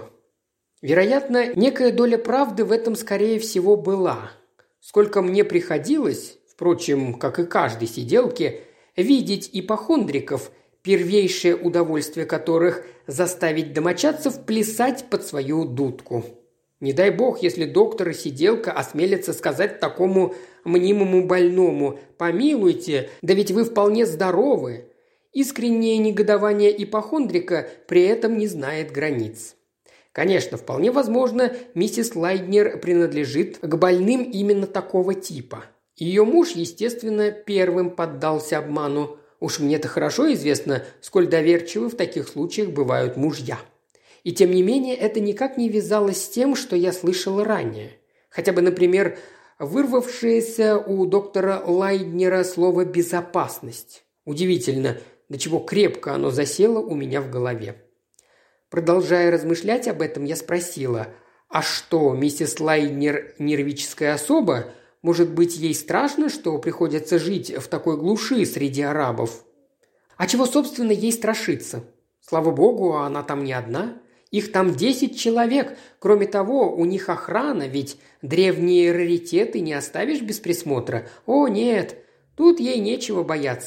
Вероятно, некая доля правды в этом, скорее всего, была. Сколько мне приходилось, впрочем, как и каждой сиделке, видеть ипохондриков, первейшее удовольствие которых – заставить домочадцев плясать под свою дудку. Не дай бог, если доктор и сиделка осмелятся сказать такому мнимому больному: «Помилуйте, да ведь вы вполне здоровы». Искреннее негодование ипохондрика при этом не знает границ. Конечно, вполне возможно, миссис Лайднер принадлежит к больным именно такого типа. Ее муж, естественно, первым поддался обману. Уж мне-то хорошо известно, сколь доверчивы в таких случаях бывают мужья. И тем не менее, это никак не вязалось с тем, что я слышала ранее. Хотя бы, например, вырвавшееся у доктора Лайднера слово «безопасность». Удивительно, до чего крепко оно засело у меня в голове. Продолжая размышлять об этом, я спросила: «А что, миссис Лайднер нервическая особа? Может быть, ей страшно, что приходится жить в такой глуши среди арабов?» «А чего, собственно, ей страшиться? Слава богу, она там не одна. Их там 10 человек. Кроме того, у них охрана, ведь древние раритеты не оставишь без присмотра. О, нет, тут ей нечего бояться.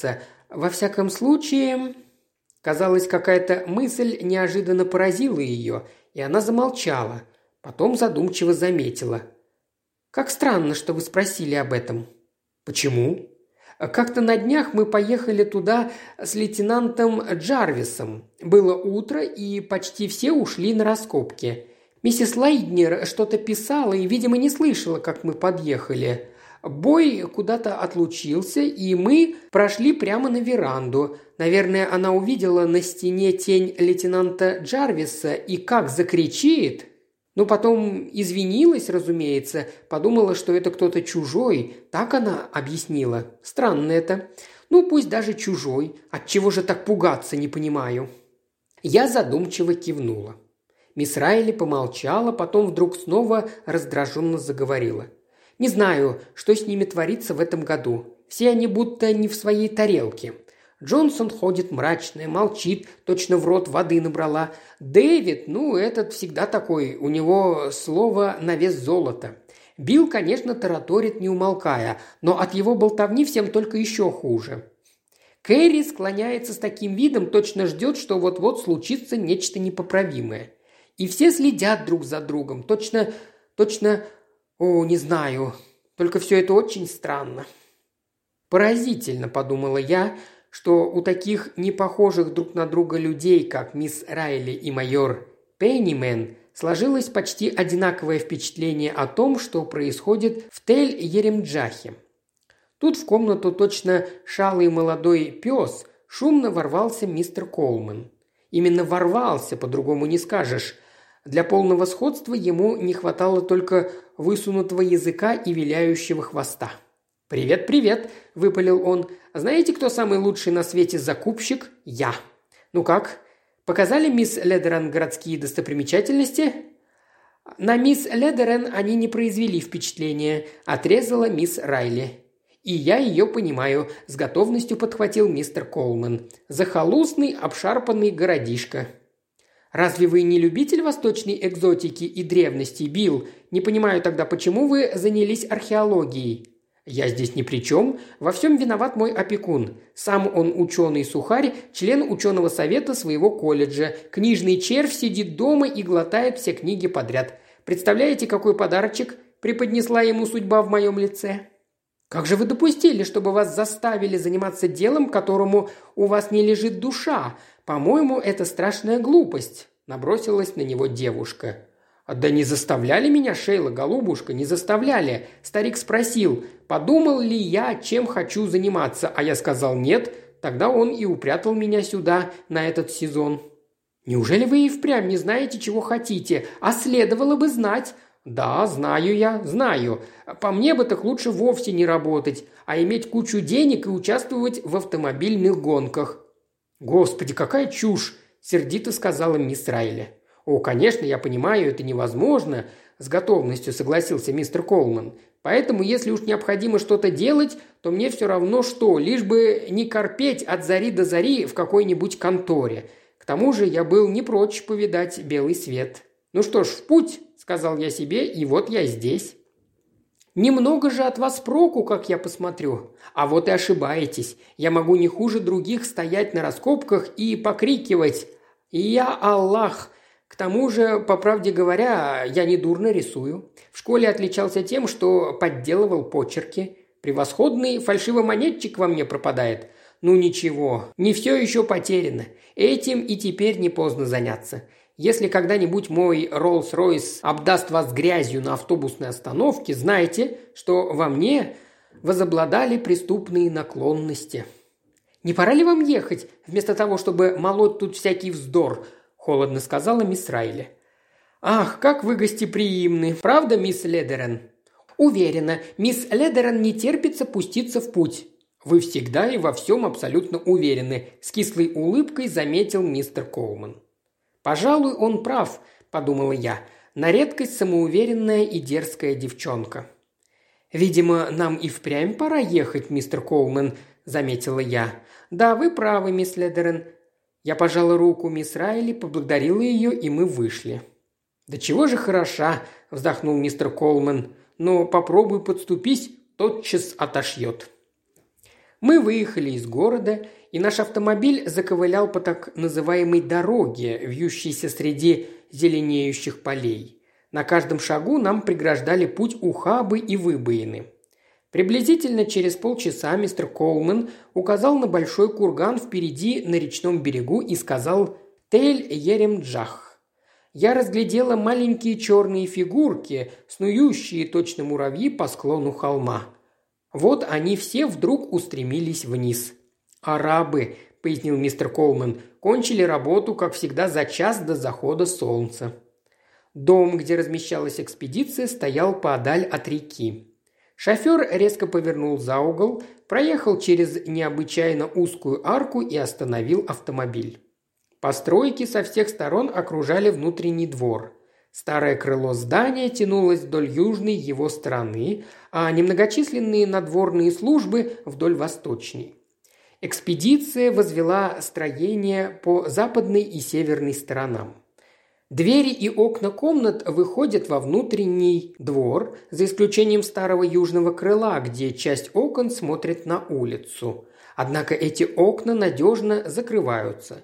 Во всяком случае, казалось, какая-то мысль неожиданно поразила ее, и она замолчала. Потом задумчиво заметила. «Как странно, что вы спросили об этом». «Почему?» «Как-то на днях мы поехали туда с лейтенантом Джарвисом. Было утро, и почти все ушли на раскопки. Миссис Лайднер что-то писала и, видимо, не слышала, как мы подъехали. Бой куда-то отлучился, и мы прошли прямо на веранду. Наверное, она увидела на стене тень лейтенанта Джарвиса и как закричит. Ну, потом извинилась, разумеется, подумала, что это кто-то чужой. Так она объяснила. Странно это. Ну, пусть даже чужой. Отчего же так пугаться, не понимаю». Я задумчиво кивнула. Мисс Райли помолчала, потом вдруг снова раздраженно заговорила. «Не знаю, что с ними творится в этом году. Все они будто не в своей тарелке. Джонсон ходит мрачная, молчит, точно в рот воды набрала. Дэвид, этот всегда такой, у него слово на вес золота. Билл, конечно, тараторит, не умолкая, но от его болтовни всем только еще хуже. Кэрри склоняется с таким видом, точно ждет, что вот-вот случится нечто непоправимое. И все следят друг за другом, точно, не знаю, только все это очень странно». «Поразительно», – подумала я, – что у таких непохожих друг на друга людей, как мисс Райли и майор Пеннимен, сложилось почти одинаковое впечатление о том, что происходит в Тель-Еремджахе. Тут в комнату точно шалый молодой пес шумно ворвался мистер Колман. Именно ворвался, по-другому не скажешь. Для полного сходства ему не хватало только высунутого языка и виляющего хвоста. «Привет, привет!» – выпалил он. «Знаете, кто самый лучший на свете закупщик? Я. Ну как, показали мисс Ледерен городские достопримечательности?» «На мисс Ледерен они не произвели впечатления», – отрезала мисс Райли. «И я ее понимаю», – с готовностью подхватил мистер Колман. «Захолустный, обшарпанный городишко». «Разве вы не любитель восточной экзотики и древности, Билл? Не понимаю тогда, почему вы занялись археологией?» «Я здесь ни при чем. Во всем виноват мой опекун. Сам он ученый-сухарь, член ученого совета своего колледжа. Книжный червь сидит дома и глотает все книги подряд. Представляете, какой подарочек преподнесла ему судьба в моем лице?» «Как же вы допустили, чтобы вас заставили заниматься делом, которому у вас не лежит душа? По-моему, это страшная глупость», – набросилась на него девушка. «Да не заставляли меня, Шейла, голубушка, не заставляли. Старик спросил, подумал ли я, чем хочу заниматься, а я сказал нет. Тогда он и упрятал меня сюда, на этот сезон». «Неужели вы и впрямь не знаете, чего хотите? А следовало бы знать». «Да, знаю я, знаю. По мне бы так лучше вовсе не работать, а иметь кучу денег и участвовать в автомобильных гонках». «Господи, какая чушь!» – сердито сказала мисс Райли. «О, конечно, я понимаю, это невозможно», – с готовностью согласился мистер Колман. «Поэтому, если уж необходимо что-то делать, то мне все равно что, лишь бы не корпеть от зари до зари в какой-нибудь конторе. К тому же я был не прочь повидать белый свет. Ну что ж, в путь», – сказал я себе, – и вот я здесь». «Немного же от вас проку, как я посмотрю. А вот и ошибаетесь. Я могу не хуже других стоять на раскопках и покрикивать «Я Аллах!». К тому же, по правде говоря, я недурно рисую. В школе отличался тем, что подделывал почерки. Превосходный фальшивомонетчик во мне пропадает. Ну ничего, не все еще потеряно. Этим и теперь не поздно заняться. Если когда-нибудь мой Роллс-Ройс обдаст вас грязью на автобусной остановке, знайте, что во мне возобладали преступные наклонности. «Не пора ли вам ехать, вместо того, чтобы молоть тут всякий вздор?» – холодно сказала мисс Райли. «Ах, как вы гостеприимны! Правда, мисс Ледерен?» «Уверена, мисс Ледерен не терпится пуститься в путь». «Вы всегда и во всем абсолютно уверены», – с кислой улыбкой заметил мистер Колман. «Пожалуй, он прав», – подумала я, – на редкость самоуверенная и дерзкая девчонка. «Видимо, нам и впрямь пора ехать, мистер Колман», – заметила я. «Да, вы правы, мисс Ледерен». Я пожала руку мисс Райли, поблагодарила ее, и мы вышли. «Да чего же хороша», – вздохнул мистер Колман. «Но попробуй подступись, тотчас отошьет». Мы выехали из города, и наш автомобиль заковылял по так называемой дороге, вьющейся среди зеленеющих полей. На каждом шагу нам преграждали путь ухабы и выбоины. Приблизительно через полчаса мистер Коулман указал на большой курган впереди на речном берегу и сказал «Тель-Еремджах». Я разглядела маленькие черные фигурки, снующие точно муравьи по склону холма. Вот они все вдруг устремились вниз. «Арабы», – пояснил мистер Коулман, – «кончили работу, как всегда, за час до захода солнца». Дом, где размещалась экспедиция, стоял поодаль от реки. Шофер резко повернул за угол, проехал через необычайно узкую арку и остановил автомобиль. Постройки со всех сторон окружали внутренний двор. Старое крыло здания тянулось вдоль южной его стороны, а немногочисленные надворные службы вдоль восточной. Экспедиция возвела строение по западной и северной сторонам. Двери и окна комнат выходят во внутренний двор, за исключением старого южного крыла, где часть окон смотрит на улицу. Однако эти окна надежно закрываются.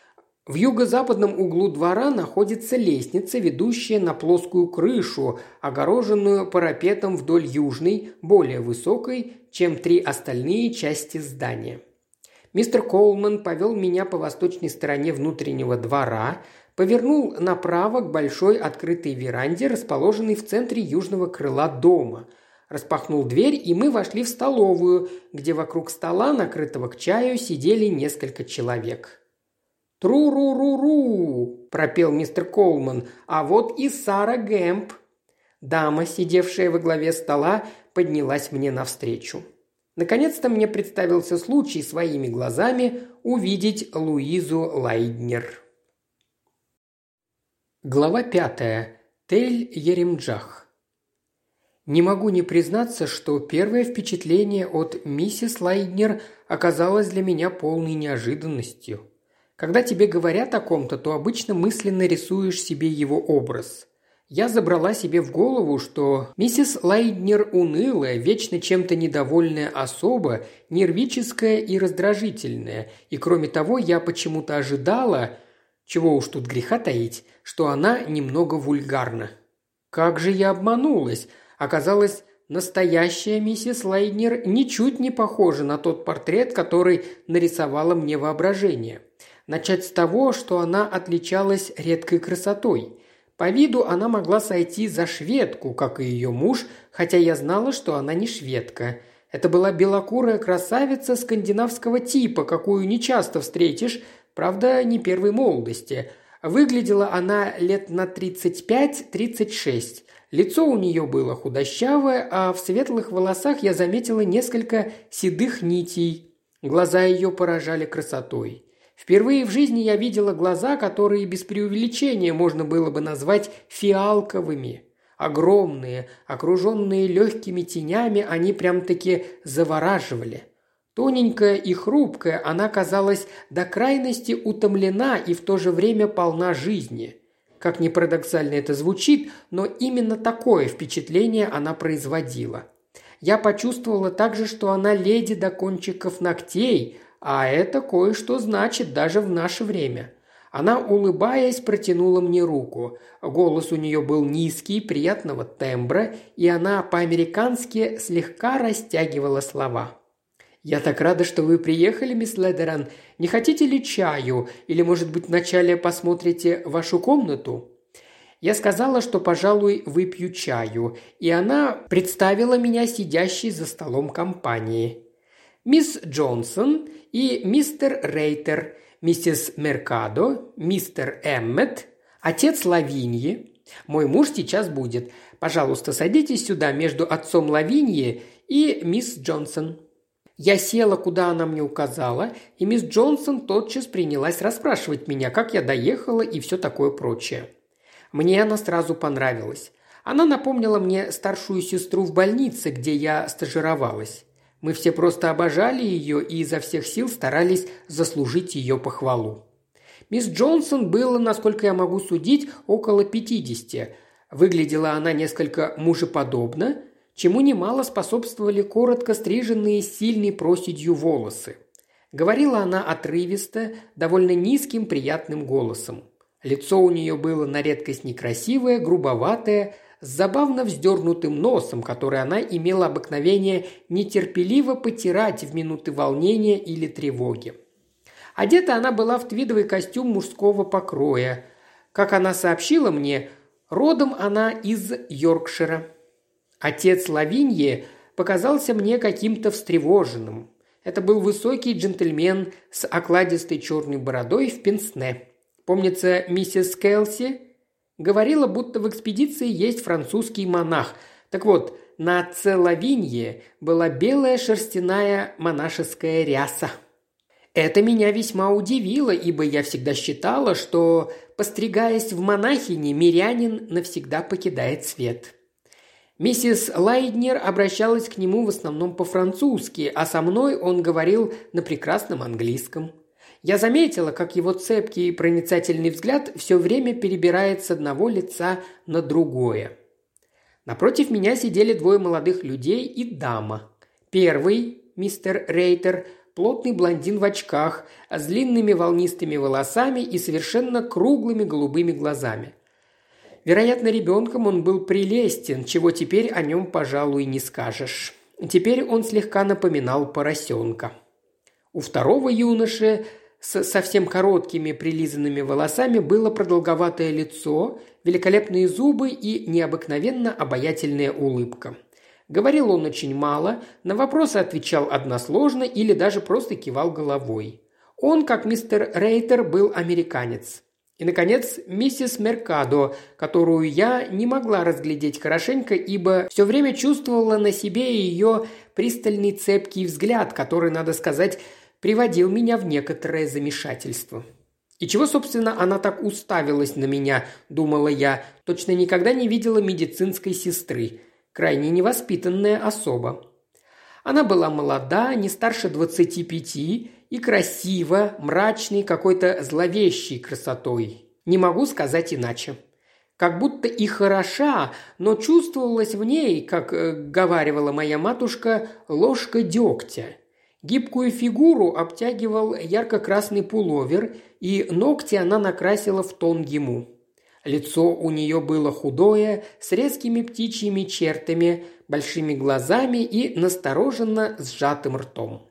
В юго-западном углу двора находится лестница, ведущая на плоскую крышу, огороженную парапетом вдоль южной, более высокой, чем 3 остальные части здания. Мистер Коулман повел меня по восточной стороне внутреннего двора, повернул направо к большой открытой веранде, расположенной в центре южного крыла дома. Распахнул дверь, и мы вошли в столовую, где вокруг стола, накрытого к чаю, сидели несколько человек. «Тру-ру-ру-ру!» – пропел мистер Коулман. «А вот и Сара Гэмп!» Дама, сидевшая во главе стола, поднялась мне навстречу. Наконец-то мне представился случай своими глазами увидеть Луизу Лайднер. Глава 5. Тель-Еремджах. Не могу не признаться, что первое впечатление от миссис Лайднер оказалось для меня полной неожиданностью. Когда тебе говорят о ком-то, то обычно мысленно рисуешь себе его образ. Я забрала себе в голову, что миссис Лайднер унылая, вечно чем-то недовольная особа, нервическая и раздражительная, и кроме того я почему-то ожидала, чего уж тут греха таить, что она немного вульгарна. Как же я обманулась! Оказалось, настоящая миссис Лайднер ничуть не похожа на тот портрет, который нарисовало мне воображение. Начать с того, что она отличалась редкой красотой. По виду она могла сойти за шведку, как и ее муж, хотя я знала, что она не шведка. Это была белокурая красавица скандинавского типа, какую нечасто встретишь, правда, не первой молодости. Выглядела она лет на 35-36. Лицо у нее было худощавое, а в светлых волосах я заметила несколько седых нитей. Глаза ее поражали красотой. Впервые в жизни я видела глаза, которые без преувеличения можно было бы назвать фиалковыми. Огромные, окруженные легкими тенями, они прям-таки завораживали. Тоненькая и хрупкая, она казалась до крайности утомлена и в то же время полна жизни. Как ни парадоксально это звучит, но именно такое впечатление она производила. Я почувствовала также, что она леди до кончиков ногтей, а это кое-что значит даже в наше время. Она, улыбаясь, протянула мне руку. Голос у нее был низкий, приятного тембра, и она по-американски слегка растягивала слова. «Я так рада, что вы приехали, мисс Ледеран. Не хотите ли чаю? Или, может быть, вначале посмотрите вашу комнату?» Я сказала, что, пожалуй, выпью чаю, и она представила меня сидящей за столом компании. Мисс Джонсон и мистер Рейтер, миссис Меркадо, мистер Эммет, отец Лавиньи. Мой муж сейчас будет. Пожалуйста, садитесь сюда между отцом Лавиньи и мисс Джонсон. Я села, куда она мне указала, и мисс Джонсон тотчас принялась расспрашивать меня, как я доехала и все такое прочее. Мне она сразу понравилась. Она напомнила мне старшую сестру в больнице, где я стажировалась. Мы все просто обожали ее и изо всех сил старались заслужить ее похвалу. Мисс Джонсон было, насколько я могу судить, около 50. Выглядела она несколько мужеподобно. чему немало способствовали коротко стриженные с сильной проседью волосы. Говорила она отрывисто, довольно низким приятным голосом. Лицо у нее было на редкость некрасивое, грубоватое, с забавно вздернутым носом, который она имела обыкновение нетерпеливо потирать в минуты волнения или тревоги. Одета она была в твидовый костюм мужского покроя. Как она сообщила мне, родом она из Йоркшира. Отец Лавиньи показался мне каким-то встревоженным. Это был высокий джентльмен с окладистой черной бородой в пенсне. Помнится, миссис Келси говорила, будто в экспедиции есть французский монах. Так вот, на отце Лавиньи была белая шерстяная монашеская ряса. Это меня весьма удивило, ибо я всегда считала, что, постригаясь в монахини, мирянин навсегда покидает свет. Миссис Лайднер обращалась к нему в основном по-французски, а со мной он говорил на прекрасном английском. Я заметила, как его цепкий и проницательный взгляд все время перебирает с одного лица на другое. Напротив меня сидели двое молодых людей и дама. Первый, мистер Рейтер, плотный блондин в очках, с длинными волнистыми волосами и совершенно круглыми голубыми глазами. Вероятно, ребенком он был прелестен, чего теперь о нем, пожалуй, не скажешь. Теперь он слегка напоминал поросенка. У второго юноши с совсем короткими прилизанными волосами было продолговатое лицо, великолепные зубы и необыкновенно обаятельная улыбка. Говорил он очень мало, на вопросы отвечал односложно или даже просто кивал головой. Он, как мистер Рейтер, был американец. И, наконец, миссис Меркадо, которую я не могла разглядеть хорошенько, ибо все время чувствовала на себе ее пристальный цепкий взгляд, который, надо сказать, приводил меня в некоторое замешательство. И чего, собственно, она так уставилась на меня, думала я, точно никогда не видела медицинской сестры, крайне невоспитанная особа. Она была молода, не старше 25 и красива, мрачной, какой-то зловещей красотой. Не могу сказать иначе. Как будто и хороша, но чувствовалась в ней, как говаривала моя матушка, ложка дегтя. Гибкую фигуру обтягивал ярко-красный пуловер, и ногти она накрасила в тон ему. Лицо у нее было худое, с резкими птичьими чертами, большими глазами и настороженно сжатым ртом.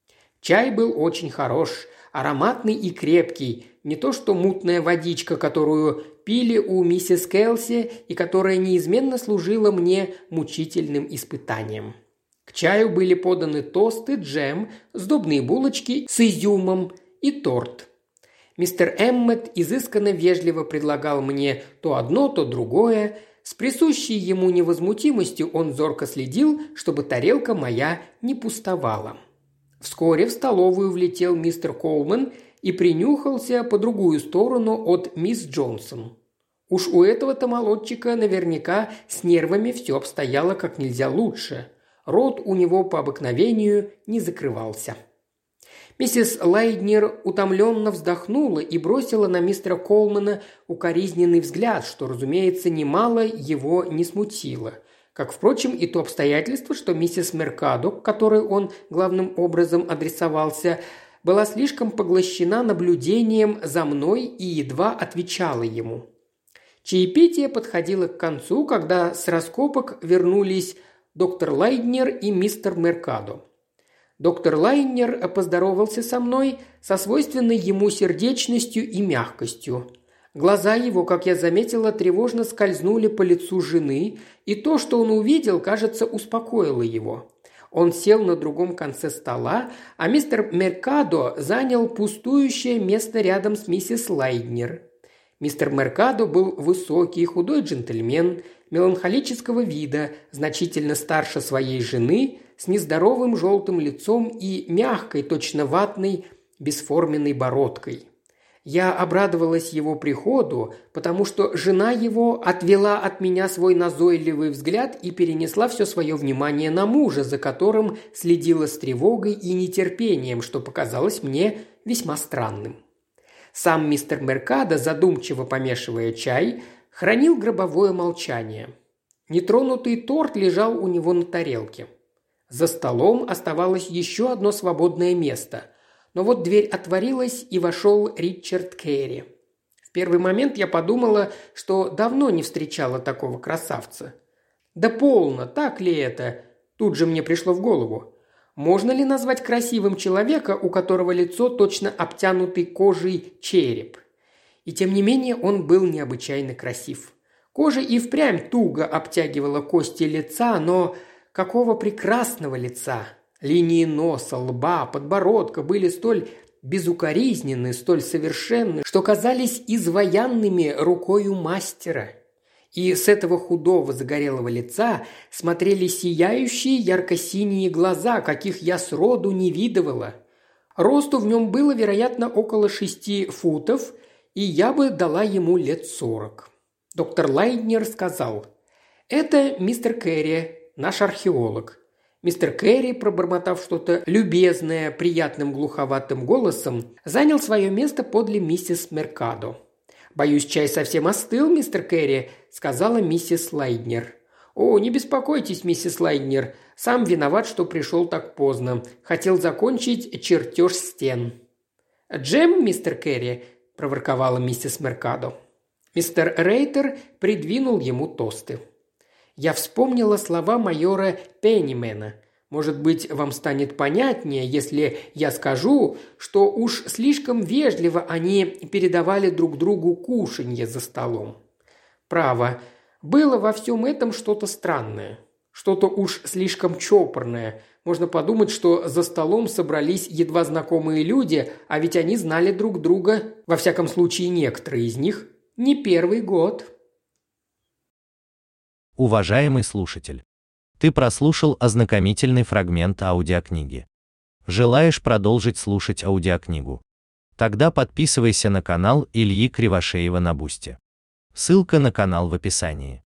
Чай был очень хорош, ароматный и крепкий, не то что мутная водичка, которую пили у миссис Келси и которая неизменно служила мне мучительным испытанием. К чаю были поданы тосты, джем, сдобные булочки с изюмом и торт. Мистер Эммет изысканно вежливо предлагал мне то одно, то другое. С присущей ему невозмутимостью он зорко следил, чтобы тарелка моя не пустовала. Вскоре в столовую влетел мистер Колман и принюхался по другую сторону от мисс Джонсон. Уж у этого-то молодчика наверняка с нервами все обстояло как нельзя лучше. Рот у него по обыкновению не закрывался. Миссис Лайднер утомленно вздохнула и бросила на мистера Колмана укоризненный взгляд, что, разумеется, немало его не смутило. Как, впрочем, и то обстоятельство, что миссис Меркадо, к которой он главным образом адресовался, была слишком поглощена наблюдением за мной и едва отвечала ему. Чаепитие подходило к концу, когда с раскопок вернулись доктор Лайднер и мистер Меркадо. Доктор Лайднер поздоровался со мной со свойственной ему сердечностью и мягкостью. Глаза его, как я заметила, тревожно скользнули по лицу жены, и то, что он увидел, кажется, успокоило его. Он сел на другом конце стола, а мистер Меркадо занял пустующее место рядом с миссис Лайднер. Мистер Меркадо был высокий, худой джентльмен, меланхолического вида, значительно старше своей жены, с нездоровым желтым лицом и мягкой, точно ватной, бесформенной бородкой. Я обрадовалась его приходу, потому что жена его отвела от меня свой назойливый взгляд и перенесла все свое внимание на мужа, за которым следила с тревогой и нетерпением, что показалось мне весьма странным. Сам мистер Меркадо, задумчиво помешивая чай, хранил гробовое молчание. Нетронутый торт лежал у него на тарелке. За столом оставалось еще одно свободное место. Но вот дверь отворилась, и вошел Ричард Керри. В первый момент я подумала, что давно не встречала такого красавца. Да полно, так ли это? Тут же мне пришло в голову. Можно ли назвать красивым человека, у которого лицо точно обтянутый кожей череп? И тем не менее он был необычайно красив. Кожа и впрямь туго обтягивала кости лица, но какого прекрасного лица! Линии носа, лба, подбородка были столь безукоризненны, столь совершенны, что казались изваянными рукою мастера. И с этого худого загорелого лица смотрели сияющие ярко-синие глаза, каких я сроду не видывала. Росту в нем было, вероятно, около 6 футов, и я бы дала ему лет 40. Доктор Лайднер сказал: «Это мистер Керри, наш археолог». Мистер Керри, пробормотав что-то любезное, приятным глуховатым голосом, занял свое место подле миссис Меркадо. «Боюсь, чай совсем остыл, мистер Керри», – сказала миссис Лайднер. «О, не беспокойтесь, миссис Лайднер. Сам виноват, что пришел так поздно. Хотел закончить чертеж стен». «Джем, мистер Керри», – проворковала миссис Меркадо. Мистер Рейтер придвинул ему тосты. Я вспомнила слова майора Пеннимена. Может быть, вам станет понятнее, если я скажу, что уж слишком вежливо они передавали друг другу кушанье за столом. Право, было во всем этом что-то странное, что-то уж слишком чопорное. Можно подумать, что за столом собрались едва знакомые люди, а ведь они знали друг друга, во всяком случае некоторые из них, не первый год. Уважаемый слушатель, ты прослушал ознакомительный фрагмент аудиокниги. Желаешь продолжить слушать аудиокнигу? Тогда подписывайся на канал Ильи Кривошеева на Бусти. Ссылка на канал в описании.